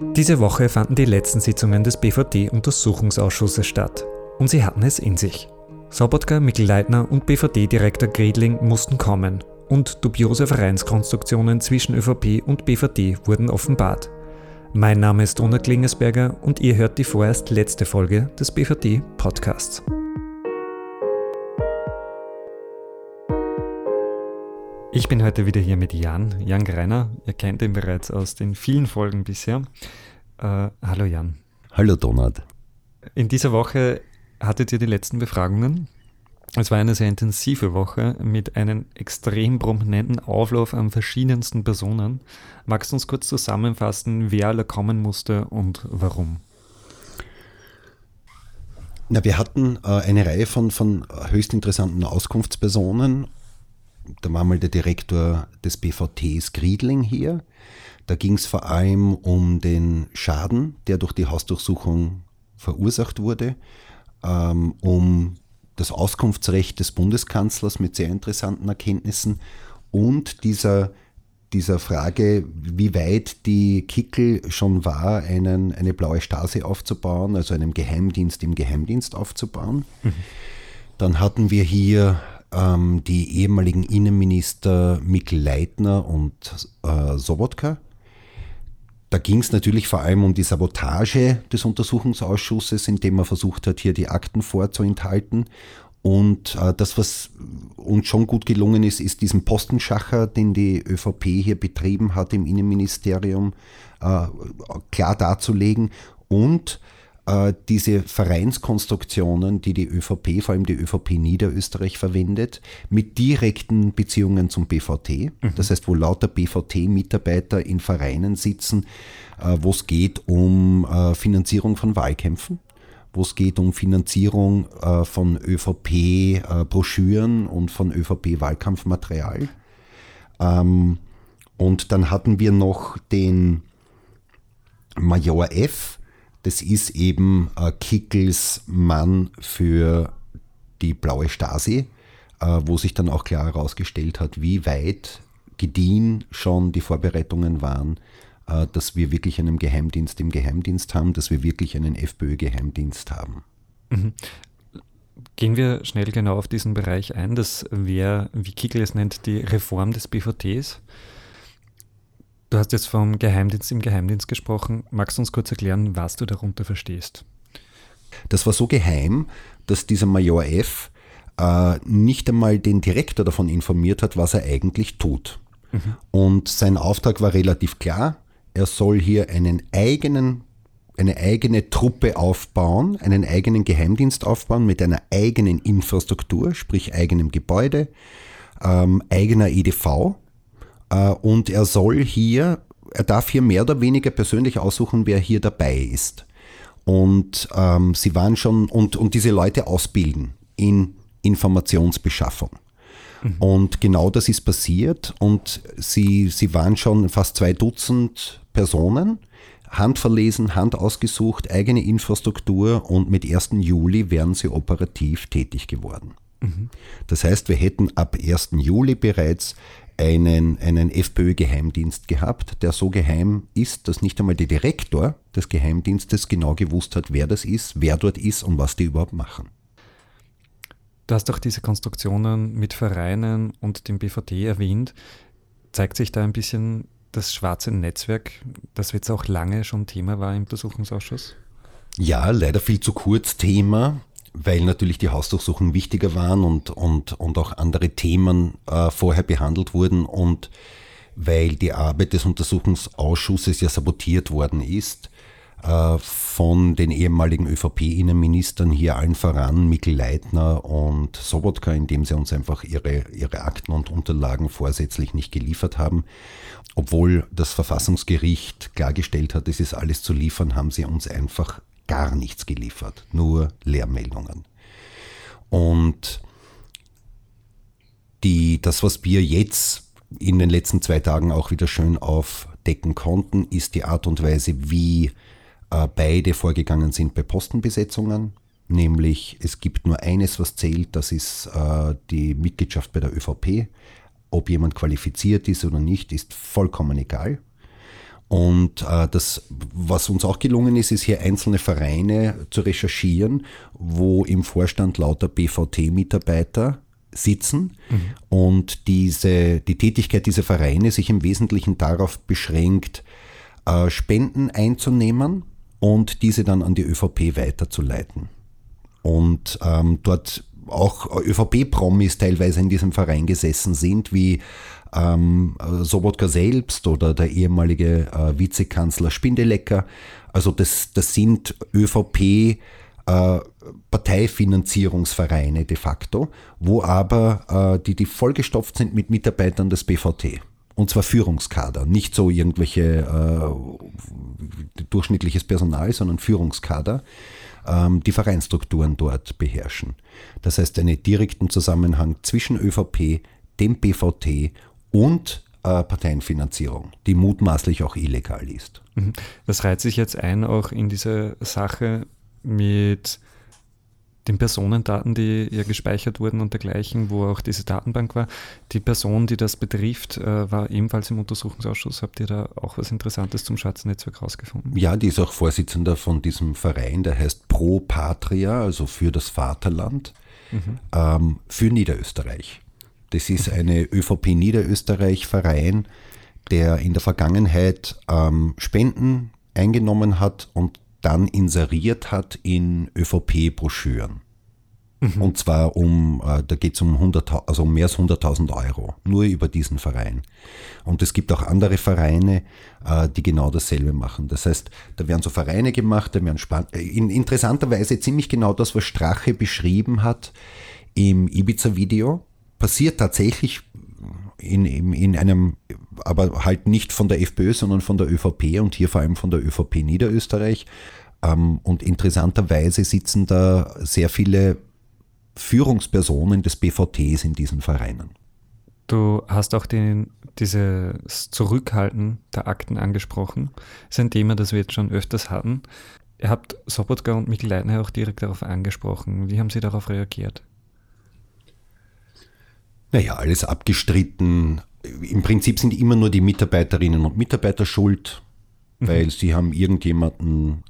Diese Woche fanden die letzten Sitzungen des BVD-Untersuchungsausschusses statt. Und sie hatten es in sich. Sobotka, Mikl-Leitner und BVD-Direktor Gredling mussten kommen. Und dubiose Vereinskonstruktionen zwischen ÖVP und BVD wurden offenbart. Mein Name ist Donat Klingersberger und ihr hört die vorerst letzte Folge des BVD-Podcasts. Ich bin heute wieder hier mit Jan Greiner. Ihr kennt ihn bereits aus den vielen Folgen bisher. Hallo Jan. Hallo Donat. In dieser Woche hattet ihr die letzten Befragungen. Es war eine sehr intensive Woche mit einem extrem prominenten Auflauf an verschiedensten Personen. Magst du uns kurz zusammenfassen, wer alle kommen musste und warum? Na, wir hatten eine Reihe von höchst interessanten Auskunftspersonen. Da war mal der Direktor des BVTs Gredling hier. Da ging es vor allem um den Schaden, der durch die Hausdurchsuchung verursacht wurde, um das Auskunftsrecht des Bundeskanzlers mit sehr interessanten Erkenntnissen und dieser Frage, wie weit die Kickl schon war, eine blaue Stasi aufzubauen, also einen Geheimdienst im Geheimdienst aufzubauen. Mhm. Dann hatten wir hier die ehemaligen Innenminister Mikl-Leitner und Sobotka. Da ging es natürlich vor allem um die Sabotage des Untersuchungsausschusses, indem man versucht hat, hier die Akten vorzuenthalten. Und das, was uns schon gut gelungen ist, ist diesen Postenschacher, den die ÖVP hier betrieben hat im Innenministerium, klar darzulegen. Und diese Vereinskonstruktionen, die ÖVP, vor allem die ÖVP Niederösterreich verwendet, mit direkten Beziehungen zum BVT. Das heißt, wo lauter BVT-Mitarbeiter in Vereinen sitzen, wo es geht um Finanzierung von Wahlkämpfen, wo es geht um Finanzierung von ÖVP-Broschüren und von ÖVP-Wahlkampfmaterial. Und dann hatten wir noch den Major F., das ist eben Kickls Mann für die blaue Stasi, wo sich dann auch klar herausgestellt hat, wie weit gediehen schon die Vorbereitungen waren, dass wir wirklich einen Geheimdienst im Geheimdienst haben, dass wir wirklich einen FPÖ-Geheimdienst haben. Mhm. Gehen wir schnell genau auf diesen Bereich ein. Das wäre, wie Kickl es nennt, die Reform des BVTs. Du hast jetzt vom Geheimdienst im Geheimdienst gesprochen. Magst du uns kurz erklären, was du darunter verstehst? Das war so geheim, dass dieser Major F. nicht einmal den Direktor davon informiert hat, was er eigentlich tut. Mhm. Und sein Auftrag war relativ klar. Er soll hier eine eigene Truppe aufbauen, einen eigenen Geheimdienst aufbauen mit einer eigenen Infrastruktur, sprich eigenem Gebäude, eigener EDV. Und er darf hier mehr oder weniger persönlich aussuchen, wer hier dabei ist. Und sie waren schon, und diese Leute ausbilden in Informationsbeschaffung. Mhm. Und genau das ist passiert. Und sie waren schon fast 2 Dutzend Personen, handverlesen, handausgesucht, eigene Infrastruktur, und mit 1. Juli wären sie operativ tätig geworden. Mhm. Das heißt, wir hätten ab 1. Juli bereits einen FPÖ-Geheimdienst gehabt, der so geheim ist, dass nicht einmal der Direktor des Geheimdienstes genau gewusst hat, wer das ist, wer dort ist und was die überhaupt machen. Du hast auch diese Konstruktionen mit Vereinen und dem BVD erwähnt. Zeigt sich da ein bisschen das schwarze Netzwerk, das jetzt auch lange schon Thema war im Untersuchungsausschuss? Ja, leider viel zu kurz Thema, weil natürlich die Hausdurchsuchungen wichtiger waren und auch andere Themen vorher behandelt wurden und weil die Arbeit des Untersuchungsausschusses ja sabotiert worden ist von den ehemaligen ÖVP-Innenministern, hier allen voran Mikl-Leitner und Sobotka, indem sie uns einfach ihre Akten und Unterlagen vorsätzlich nicht geliefert haben. Obwohl das Verfassungsgericht klargestellt hat, es ist alles zu liefern, haben sie uns einfach gar nichts geliefert, nur Leermeldungen. Und das, was wir jetzt in den letzten 2 Tagen auch wieder schön aufdecken konnten, ist die Art und Weise, wie beide vorgegangen sind bei Postenbesetzungen. Nämlich, es gibt nur eines, was zählt, das ist die Mitgliedschaft bei der ÖVP. Ob jemand qualifiziert ist oder nicht, ist vollkommen egal. Und was uns auch gelungen ist, ist hier einzelne Vereine zu recherchieren, wo im Vorstand lauter BVT-Mitarbeiter sitzen und die Tätigkeit dieser Vereine sich im Wesentlichen darauf beschränkt, Spenden einzunehmen und diese dann an die ÖVP weiterzuleiten. Und dort auch ÖVP-Promis teilweise in diesem Verein gesessen sind, wie Sobotka selbst oder der ehemalige Vizekanzler Spindelecker. Also das sind ÖVP Parteifinanzierungsvereine de facto, wo aber die vollgestopft sind mit Mitarbeitern des BVT. Und zwar Führungskader, nicht so irgendwelche durchschnittliches Personal, sondern Führungskader, die Vereinsstrukturen dort beherrschen. Das heißt, einen direkten Zusammenhang zwischen ÖVP, dem BVT und Parteienfinanzierung, die mutmaßlich auch illegal ist. Das reiht sich jetzt ein auch in diese Sache mit den Personendaten, die ja gespeichert wurden und dergleichen, wo auch diese Datenbank war. Die Person, die das betrifft, war ebenfalls im Untersuchungsausschuss. Habt ihr da auch was Interessantes zum Schatz-Netzwerk rausgefunden? Ja, die ist auch Vorsitzender von diesem Verein, der heißt Pro Patria, also für das Vaterland, für Niederösterreich. Das ist eine ÖVP Niederösterreich-Verein, der in der Vergangenheit Spenden eingenommen hat und dann inseriert hat in ÖVP-Broschüren. Und zwar da geht es um mehr als 100.000 Euro, nur über diesen Verein. Und es gibt auch andere Vereine, die genau dasselbe machen. Das heißt, da werden so Vereine gemacht, da werden interessanterweise ziemlich genau das, was Strache beschrieben hat im Ibiza-Video, passiert tatsächlich in einem, aber halt nicht von der FPÖ, sondern von der ÖVP und hier vor allem von der ÖVP Niederösterreich. Und interessanterweise sitzen da sehr viele Führungspersonen des BVTs in diesen Vereinen. Du hast auch dieses Zurückhalten der Akten angesprochen. Das ist ein Thema, das wir jetzt schon öfters hatten. Ihr habt Sobotka und Mikl Leitner auch direkt darauf angesprochen. Wie haben Sie darauf reagiert? Naja, alles abgestritten. Im Prinzip sind immer nur die Mitarbeiterinnen und Mitarbeiter schuld, weil sie haben irgendjemanden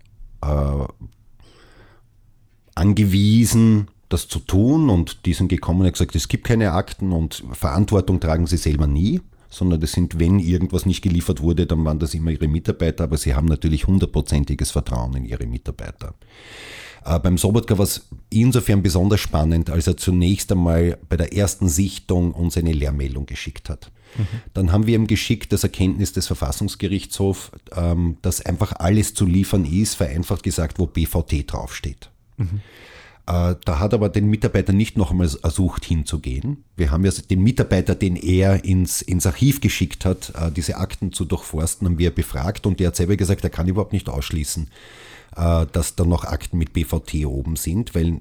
angewiesen, das zu tun, und die sind gekommen und gesagt, es gibt keine Akten und Verantwortung tragen sie selber nie, sondern das sind, wenn irgendwas nicht geliefert wurde, dann waren das immer ihre Mitarbeiter, aber sie haben natürlich 100%iges Vertrauen in ihre Mitarbeiter. Beim Sobotka war es insofern besonders spannend, als er zunächst einmal bei der ersten Sichtung uns eine Lehrmeldung geschickt hat. Dann haben wir ihm geschickt das Erkenntnis des Verfassungsgerichtshofs, dass einfach alles zu liefern ist, vereinfacht gesagt, wo BVT draufsteht. Da hat aber den Mitarbeiter nicht noch einmal ersucht hinzugehen. Wir haben ja den Mitarbeiter, den er ins Archiv geschickt hat, diese Akten zu durchforsten, haben wir befragt, und der hat selber gesagt, er kann überhaupt nicht ausschließen, dass da noch Akten mit BVT oben sind, weil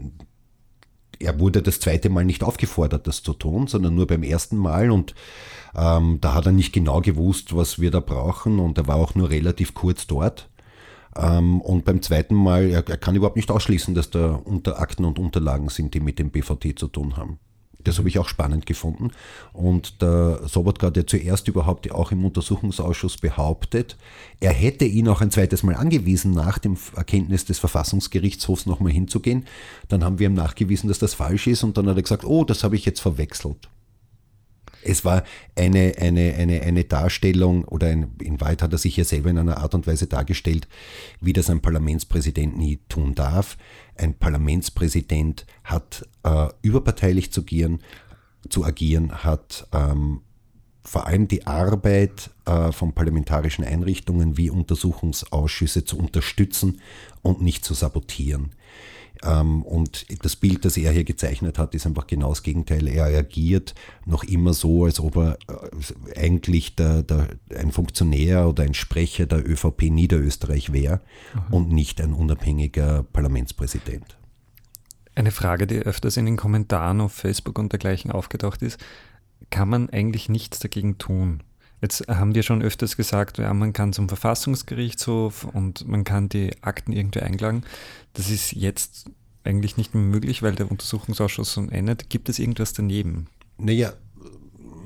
er wurde das zweite Mal nicht aufgefordert, das zu tun, sondern nur beim ersten Mal, und da hat er nicht genau gewusst, was wir da brauchen, und er war auch nur relativ kurz dort. Und beim zweiten Mal, er kann überhaupt nicht ausschließen, dass da Akten und Unterlagen sind, die mit dem BVT zu tun haben. Das habe ich auch spannend gefunden. Und der Sobotka hat ja zuerst überhaupt auch im Untersuchungsausschuss behauptet, er hätte ihn auch ein zweites Mal angewiesen, nach dem Erkenntnis des Verfassungsgerichtshofs nochmal hinzugehen. Dann haben wir ihm nachgewiesen, dass das falsch ist, und dann hat er gesagt, oh, das habe ich jetzt verwechselt. Es war eine Darstellung, oder in Wahrheit hat er sich ja selber in einer Art und Weise dargestellt, wie das ein Parlamentspräsident nie tun darf. Ein Parlamentspräsident hat überparteilich zu agieren, hat vor allem die Arbeit von parlamentarischen Einrichtungen wie Untersuchungsausschüsse zu unterstützen und nicht zu sabotieren. Und das Bild, das er hier gezeichnet hat, ist einfach genau das Gegenteil. Er agiert noch immer so, als ob er eigentlich ein Funktionär oder ein Sprecher der ÖVP Niederösterreich wäre und nicht ein unabhängiger Parlamentspräsident. Eine Frage, die öfters in den Kommentaren auf Facebook und dergleichen aufgetaucht ist: Kann man eigentlich nichts dagegen tun? Jetzt haben die schon öfters gesagt, ja, man kann zum Verfassungsgerichtshof und man kann die Akten irgendwie einklagen. Das ist jetzt eigentlich nicht mehr möglich, weil der Untersuchungsausschuss schon endet. Gibt es irgendwas daneben? Naja,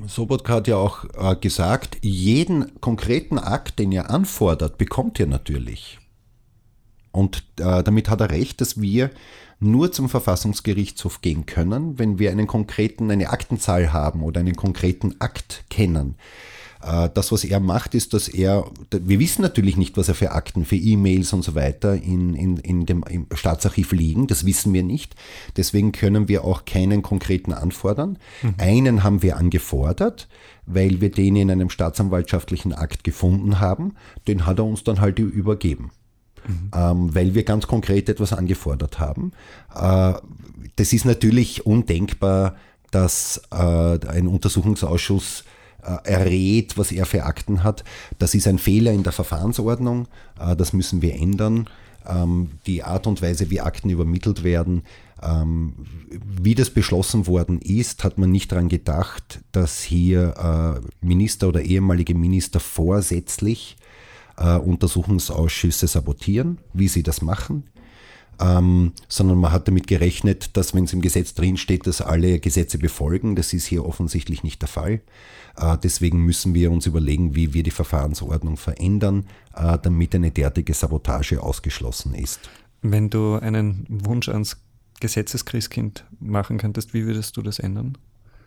Sobotka hat ja auch gesagt, jeden konkreten Akt, den ihr anfordert, bekommt ihr natürlich. Und damit hat er recht, dass wir nur zum Verfassungsgerichtshof gehen können, wenn wir eine Aktenzahl haben oder einen konkreten Akt kennen. Das, was er macht, ist, dass wir wissen natürlich nicht, was er für Akten, für E-Mails und so weiter im Staatsarchiv liegen, das wissen wir nicht. Deswegen können wir auch keinen konkreten anfordern. Einen haben wir angefordert, weil wir den in einem staatsanwaltschaftlichen Akt gefunden haben. Den hat er uns dann halt übergeben. Weil wir ganz konkret etwas angefordert haben. Das ist natürlich undenkbar, dass ein Untersuchungsausschuss errät, was er für Akten hat. Das ist ein Fehler in der Verfahrensordnung, das müssen wir ändern. Die Art und Weise, wie Akten übermittelt werden, wie das beschlossen worden ist, hat man nicht daran gedacht, dass hier Minister oder ehemalige Minister vorsätzlich Untersuchungsausschüsse sabotieren, wie sie das machen. Sondern man hat damit gerechnet, dass, wenn es im Gesetz drinsteht, dass alle Gesetze befolgen. Das ist hier offensichtlich nicht der Fall. Deswegen müssen wir uns überlegen, wie wir die Verfahrensordnung verändern, damit eine derartige Sabotage ausgeschlossen ist. Wenn du einen Wunsch ans Gesetzeskriegskind machen könntest, wie würdest du das ändern?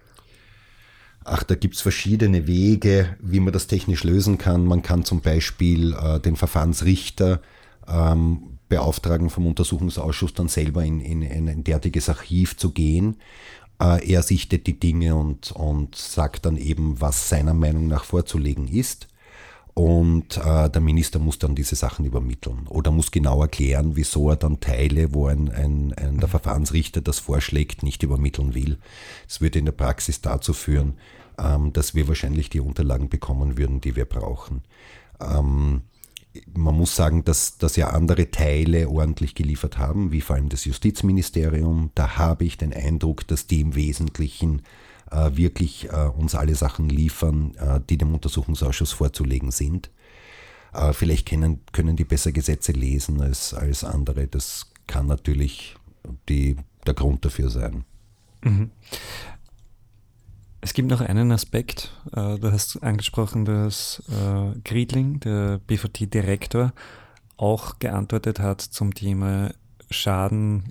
Da gibt es verschiedene Wege, wie man das technisch lösen kann. Man kann zum Beispiel den Verfahrensrichter beauftragen, vom Untersuchungsausschuss dann selber in ein derartiges Archiv zu gehen. Er sichtet die Dinge und sagt dann eben, was seiner Meinung nach vorzulegen ist. Und der Minister muss dann diese Sachen übermitteln oder muss genau erklären, wieso er dann Teile, wo der Verfahrensrichter das vorschlägt, nicht übermitteln will. Es würde in der Praxis dazu führen, dass wir wahrscheinlich die Unterlagen bekommen würden, die wir brauchen. Man muss sagen, dass ja andere Teile ordentlich geliefert haben, wie vor allem das Justizministerium. Da habe ich den Eindruck, dass die im Wesentlichen wirklich uns alle Sachen liefern, die dem Untersuchungsausschuss vorzulegen sind. Vielleicht können die besser Gesetze lesen als andere. Das kann natürlich der Grund dafür sein. Mhm. Es gibt noch einen Aspekt, du hast angesprochen, dass Griedling, der BVT-Direktor, auch geantwortet hat zum Thema Schaden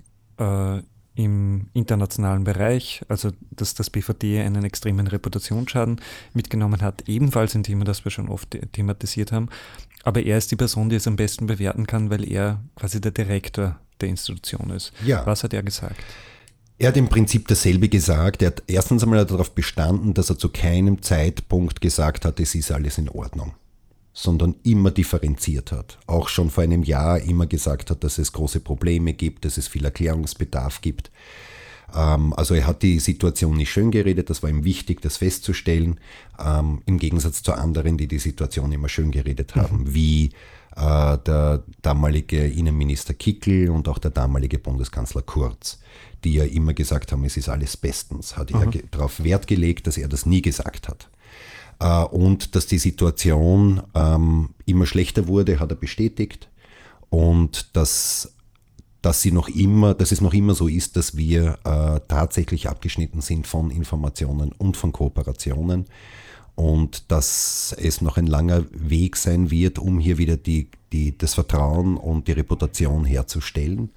im internationalen Bereich, also dass das BVT einen extremen Reputationsschaden mitgenommen hat, ebenfalls ein Thema, das wir schon oft thematisiert haben. Aber er ist die Person, die es am besten bewerten kann, weil er quasi der Direktor der Institution ist. Ja. Was hat er gesagt? Er hat im Prinzip dasselbe gesagt. Er hat erstens einmal darauf bestanden, dass er zu keinem Zeitpunkt gesagt hat, es ist alles in Ordnung, sondern immer differenziert hat. Auch schon vor einem Jahr immer gesagt hat, dass es große Probleme gibt, dass es viel Erklärungsbedarf gibt. Also er hat die Situation nicht schön geredet, das war ihm wichtig, das festzustellen, im Gegensatz zu anderen, die Situation immer schön geredet haben, wie der damalige Innenminister Kickl und auch der damalige Bundeskanzler Kurz, die ja immer gesagt haben, es ist alles bestens, hat er darauf Wert gelegt, dass er das nie gesagt hat. Und dass die Situation immer schlechter wurde, hat er bestätigt. Und dass es noch immer so ist, dass wir tatsächlich abgeschnitten sind von Informationen und von Kooperationen. Und dass es noch ein langer Weg sein wird, um hier wieder das Vertrauen und die Reputation herzustellen.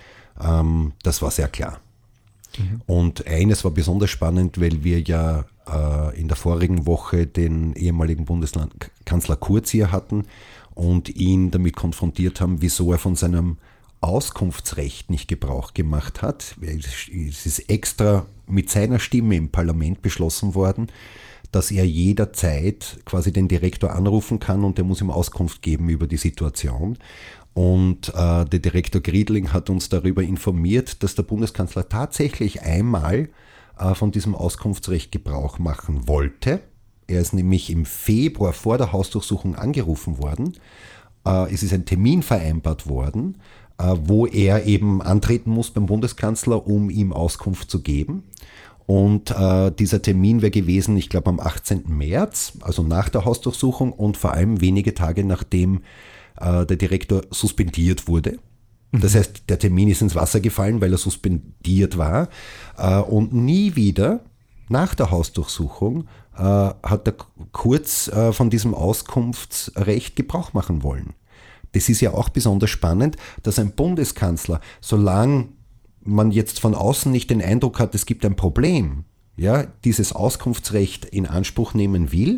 Das war sehr klar. Mhm. Und eines war besonders spannend, weil wir ja in der vorigen Woche den ehemaligen Bundeskanzler Kurz hier hatten und ihn damit konfrontiert haben, wieso er von seinem Auskunftsrecht nicht Gebrauch gemacht hat. Es ist extra mit seiner Stimme im Parlament beschlossen worden, dass er jederzeit quasi den Direktor anrufen kann und der muss ihm Auskunft geben über die Situation. Und der Direktor Griedling hat uns darüber informiert, dass der Bundeskanzler tatsächlich einmal von diesem Auskunftsrecht Gebrauch machen wollte. Er ist nämlich im Februar vor der Hausdurchsuchung angerufen worden. Es ist ein Termin vereinbart worden, wo er eben antreten muss beim Bundeskanzler, um ihm Auskunft zu geben. Und dieser Termin wäre gewesen, ich glaube am 18. März, also nach der Hausdurchsuchung und vor allem wenige Tage nachdem der Direktor suspendiert wurde. Das heißt, der Termin ist ins Wasser gefallen, weil er suspendiert war. Und nie wieder nach der Hausdurchsuchung hat der Kurz von diesem Auskunftsrecht Gebrauch machen wollen. Das ist ja auch besonders spannend, dass ein Bundeskanzler, solange man jetzt von außen nicht den Eindruck hat, es gibt ein Problem, ja, dieses Auskunftsrecht in Anspruch nehmen will.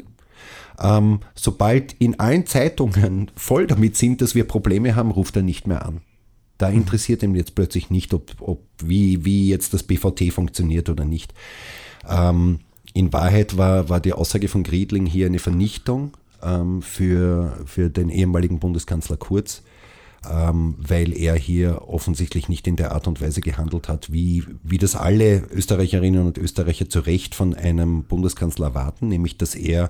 Sobald in allen Zeitungen voll damit sind, dass wir Probleme haben, ruft er nicht mehr an. Da interessiert ihn jetzt plötzlich nicht, wie jetzt das BVT funktioniert oder nicht. In Wahrheit war die Aussage von Griedling hier eine Vernichtung für den ehemaligen Bundeskanzler Kurz, weil er hier offensichtlich nicht in der Art und Weise gehandelt hat, wie das alle Österreicherinnen und Österreicher zu Recht von einem Bundeskanzler erwarten, nämlich dass er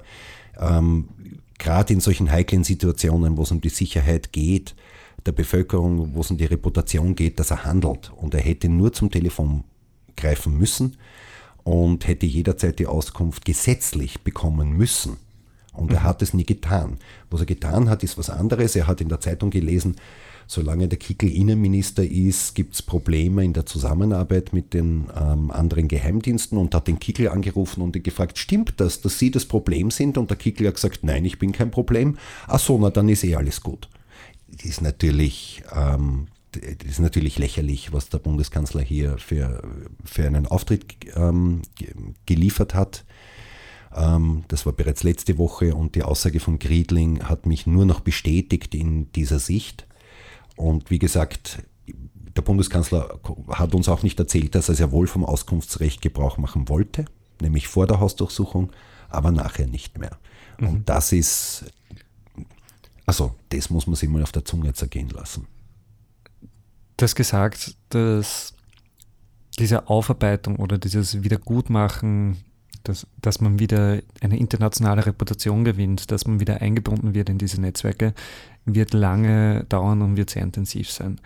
gerade in solchen heiklen Situationen, wo es um die Sicherheit geht, der Bevölkerung, wo es um die Reputation geht, dass er handelt. Und er hätte nur zum Telefon greifen müssen und hätte jederzeit die Auskunft gesetzlich bekommen müssen. Und er hat es nie getan. Was er getan hat, ist was anderes. Er hat in der Zeitung gelesen, solange der Kickl Innenminister ist, gibt es Probleme in der Zusammenarbeit mit den anderen Geheimdiensten und hat den Kickl angerufen und ihn gefragt, stimmt das, dass Sie das Problem sind? Und der Kickl hat gesagt, nein, ich bin kein Problem. Ach so, na dann ist alles gut. Das ist natürlich lächerlich, was der Bundeskanzler hier für einen Auftritt geliefert hat. Das war bereits letzte Woche und die Aussage von Griedling hat mich nur noch bestätigt in dieser Sicht. Und wie gesagt, der Bundeskanzler hat uns auch nicht erzählt, dass er sehr wohl vom Auskunftsrecht Gebrauch machen wollte, nämlich vor der Hausdurchsuchung, aber nachher nicht mehr. Und das ist, das muss man sich mal auf der Zunge zergehen lassen. Du hast gesagt, dass diese Aufarbeitung oder dieses Wiedergutmachen, dass man wieder eine internationale Reputation gewinnt, dass man wieder eingebunden wird in diese Netzwerke, wird lange dauern und wird sehr intensiv sein.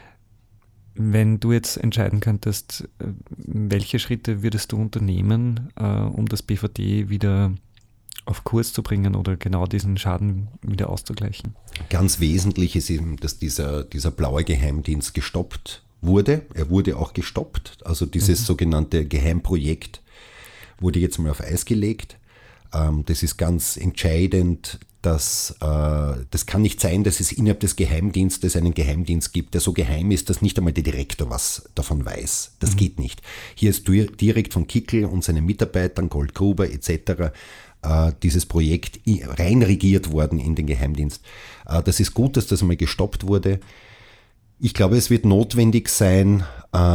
Wenn du jetzt entscheiden könntest, welche Schritte würdest du unternehmen, um das BVD wieder auf Kurs zu bringen oder genau diesen Schaden wieder auszugleichen? Ganz wesentlich ist eben, dass dieser blaue Geheimdienst gestoppt wurde. Er wurde auch gestoppt. Also dieses sogenannte Geheimprojekt wurde jetzt mal auf Eis gelegt. Das ist ganz entscheidend, dass das kann nicht sein, dass es innerhalb des Geheimdienstes einen Geheimdienst gibt, der so geheim ist, dass nicht einmal der Direktor was davon weiß. Das geht nicht. Hier ist direkt von Kickl und seinen Mitarbeitern, Goldgruber etc. Dieses Projekt reinregiert worden in den Geheimdienst. Das ist gut, dass das einmal gestoppt wurde. Ich glaube, es wird notwendig sein,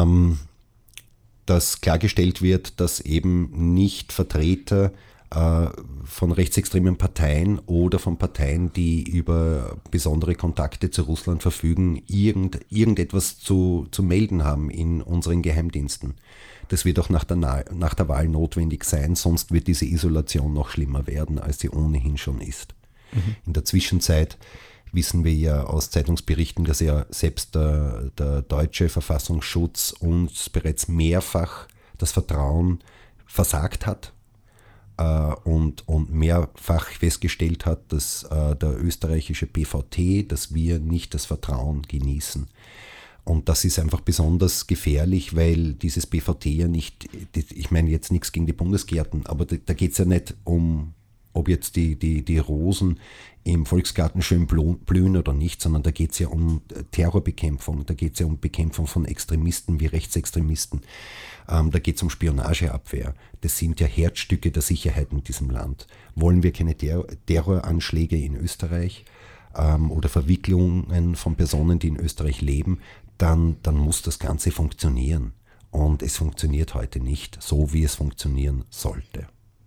dass klargestellt wird, dass eben nicht Vertreter von rechtsextremen Parteien oder von Parteien, die über besondere Kontakte zu Russland verfügen, irgendetwas zu melden haben in unseren Geheimdiensten. Das wird auch nach der Wahl notwendig sein, sonst wird diese Isolation noch schlimmer werden, als sie ohnehin schon ist. In der Zwischenzeit wissen wir ja aus Zeitungsberichten, dass ja selbst der deutsche Verfassungsschutz uns bereits mehrfach das Vertrauen versagt hat und mehrfach festgestellt hat, dass der österreichische BVT, dass wir nicht das Vertrauen genießen. Und das ist einfach besonders gefährlich, weil dieses BVT ja nicht, ich meine jetzt nichts gegen die Bundesgärten, aber da geht es ja nicht um, ob jetzt die Rosen im Volksgarten schön blühen oder nicht, sondern da geht es ja um Terrorbekämpfung, da geht es ja um Bekämpfung von Extremisten wie Rechtsextremisten, da geht es um Spionageabwehr. Das sind ja Herzstücke der Sicherheit in diesem Land. Wollen wir keine Terroranschläge in Österreich oder Verwicklungen von Personen, die in Österreich leben, dann muss das Ganze funktionieren. Und es funktioniert heute nicht so, wie es funktionieren sollte.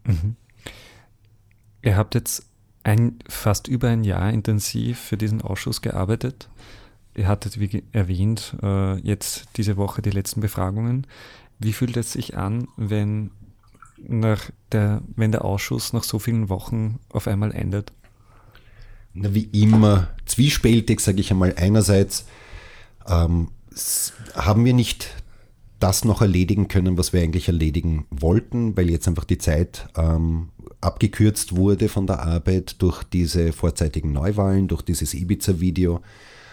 Ihr habt jetzt fast über ein Jahr intensiv für diesen Ausschuss gearbeitet. Ihr hattet, wie erwähnt, jetzt diese Woche die letzten Befragungen. Wie fühlt es sich an, wenn der Ausschuss nach so vielen Wochen auf einmal endet? Na, wie immer, zwiespältig, sage ich einmal. Einerseits haben wir nicht das noch erledigen können, was wir eigentlich erledigen wollten, weil jetzt einfach die Zeit abgekürzt wurde von der Arbeit durch diese vorzeitigen Neuwahlen, durch dieses Ibiza-Video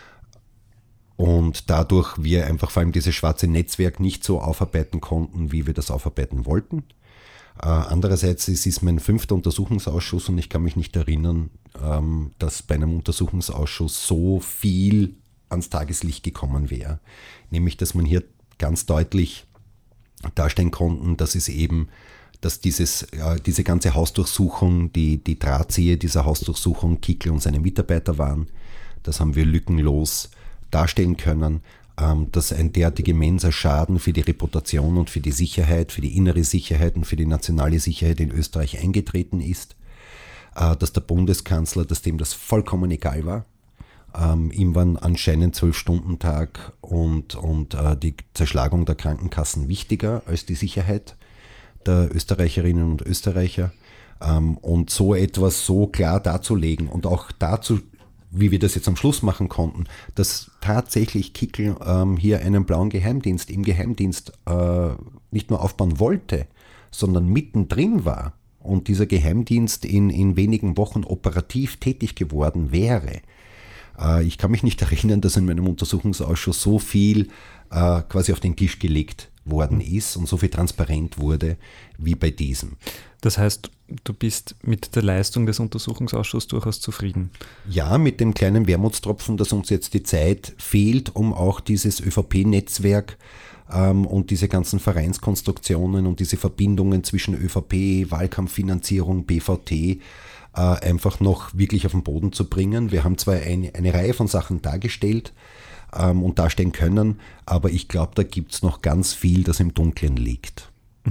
und dadurch wir einfach vor allem dieses schwarze Netzwerk nicht so aufarbeiten konnten, wie wir das aufarbeiten wollten. Andererseits, es ist mein 5. Untersuchungsausschuss und ich kann mich nicht erinnern, dass bei einem Untersuchungsausschuss so viel ans Tageslicht gekommen wäre. Nämlich, dass man hier ganz deutlich darstellen konnte, dass es eben, dass diese ganze Hausdurchsuchung, die Drahtzieher dieser Hausdurchsuchung Kickl und seine Mitarbeiter waren. Das haben wir lückenlos darstellen können, dass ein derartig immenser Schaden für die Reputation und für die Sicherheit, für die innere Sicherheit und für die nationale Sicherheit in Österreich eingetreten ist, dass der Bundeskanzler, dass dem das vollkommen egal war. Ihm waren anscheinend 12-Stunden-Tag und die Zerschlagung der Krankenkassen wichtiger als die Sicherheit der Österreicherinnen und Österreicher. Und so etwas so klar darzulegen und auch dazu, wie wir das jetzt am Schluss machen konnten, dass tatsächlich Kickl hier einen blauen Geheimdienst im Geheimdienst nicht nur aufbauen wollte, sondern mittendrin war und dieser Geheimdienst in wenigen Wochen operativ tätig geworden wäre. Ich kann mich nicht erinnern, dass in meinem Untersuchungsausschuss so viel quasi auf den Tisch gelegt worden ist und so viel transparent wurde wie bei diesem. Das heißt, du bist mit der Leistung des Untersuchungsausschusses durchaus zufrieden? Ja, mit dem kleinen Wermutstropfen, dass uns jetzt die Zeit fehlt, um auch dieses ÖVP-Netzwerk und diese ganzen Vereinskonstruktionen und diese Verbindungen zwischen ÖVP, Wahlkampffinanzierung, BVT einfach noch wirklich auf den Boden zu bringen. Wir haben zwar eine Reihe von Sachen dargestellt und darstellen können, aber ich glaube, da gibt es noch ganz viel, das im Dunkeln liegt.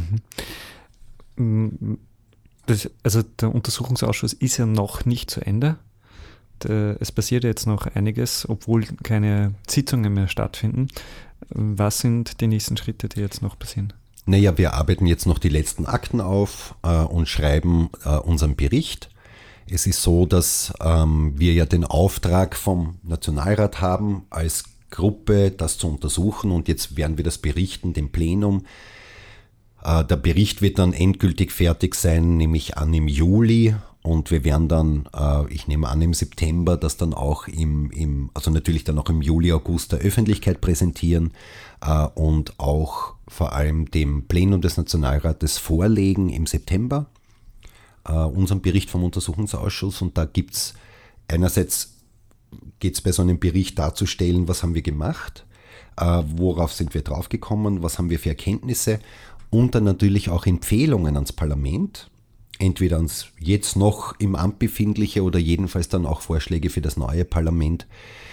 Also der Untersuchungsausschuss ist ja noch nicht zu Ende. Es passiert jetzt noch einiges, obwohl keine Sitzungen mehr stattfinden. Was sind die nächsten Schritte, die jetzt noch passieren? Naja, wir arbeiten jetzt noch die letzten Akten auf und schreiben unseren Bericht. Es ist so, dass wir ja den Auftrag vom Nationalrat haben, als Gruppe das zu untersuchen und jetzt werden wir das berichten, dem Plenum. Der Bericht wird dann endgültig fertig sein, nämlich an im Juli und wir werden dann, ich nehme an im September, das dann auch also natürlich dann auch im Juli, August der Öffentlichkeit präsentieren und auch vor allem dem Plenum des Nationalrates vorlegen im September, unseren Bericht vom Untersuchungsausschuss und da gibt's einerseits geht es bei so einem Bericht darzustellen, was haben wir gemacht, worauf sind wir draufgekommen, was haben wir für Erkenntnisse und dann natürlich auch Empfehlungen ans Parlament, entweder ans jetzt noch im Amt befindliche oder jedenfalls dann auch Vorschläge für das neue Parlament.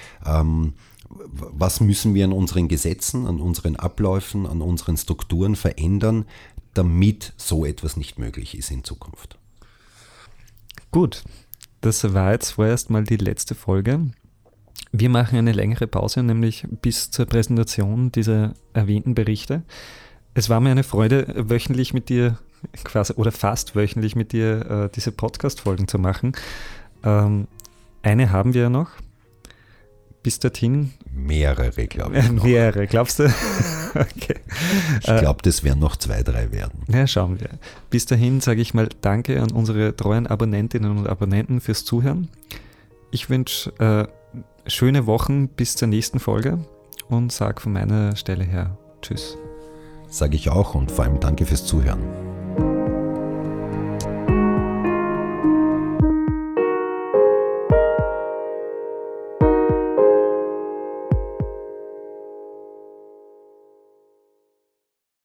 Was müssen wir an unseren Gesetzen, an unseren Abläufen, an unseren Strukturen verändern, damit so etwas nicht möglich ist in Zukunft? Gut, das war jetzt vorerst mal die letzte Folge. Wir machen eine längere Pause, nämlich bis zur Präsentation dieser erwähnten Berichte. Es war mir eine Freude, wöchentlich mit dir, quasi oder fast wöchentlich mit dir diese Podcast-Folgen zu machen. Eine haben wir ja noch. Bis dorthin. Mehrere, glaube ich. Mehrere, glaubst du? Okay. Ich glaube, das werden noch 2, 3 werden. Ja, schauen wir. Bis dahin sage ich mal Danke an unsere treuen Abonnentinnen und Abonnenten fürs Zuhören. Ich wünsche schöne Wochen bis zur nächsten Folge und sage von meiner Stelle her Tschüss. Sage ich auch und vor allem danke fürs Zuhören.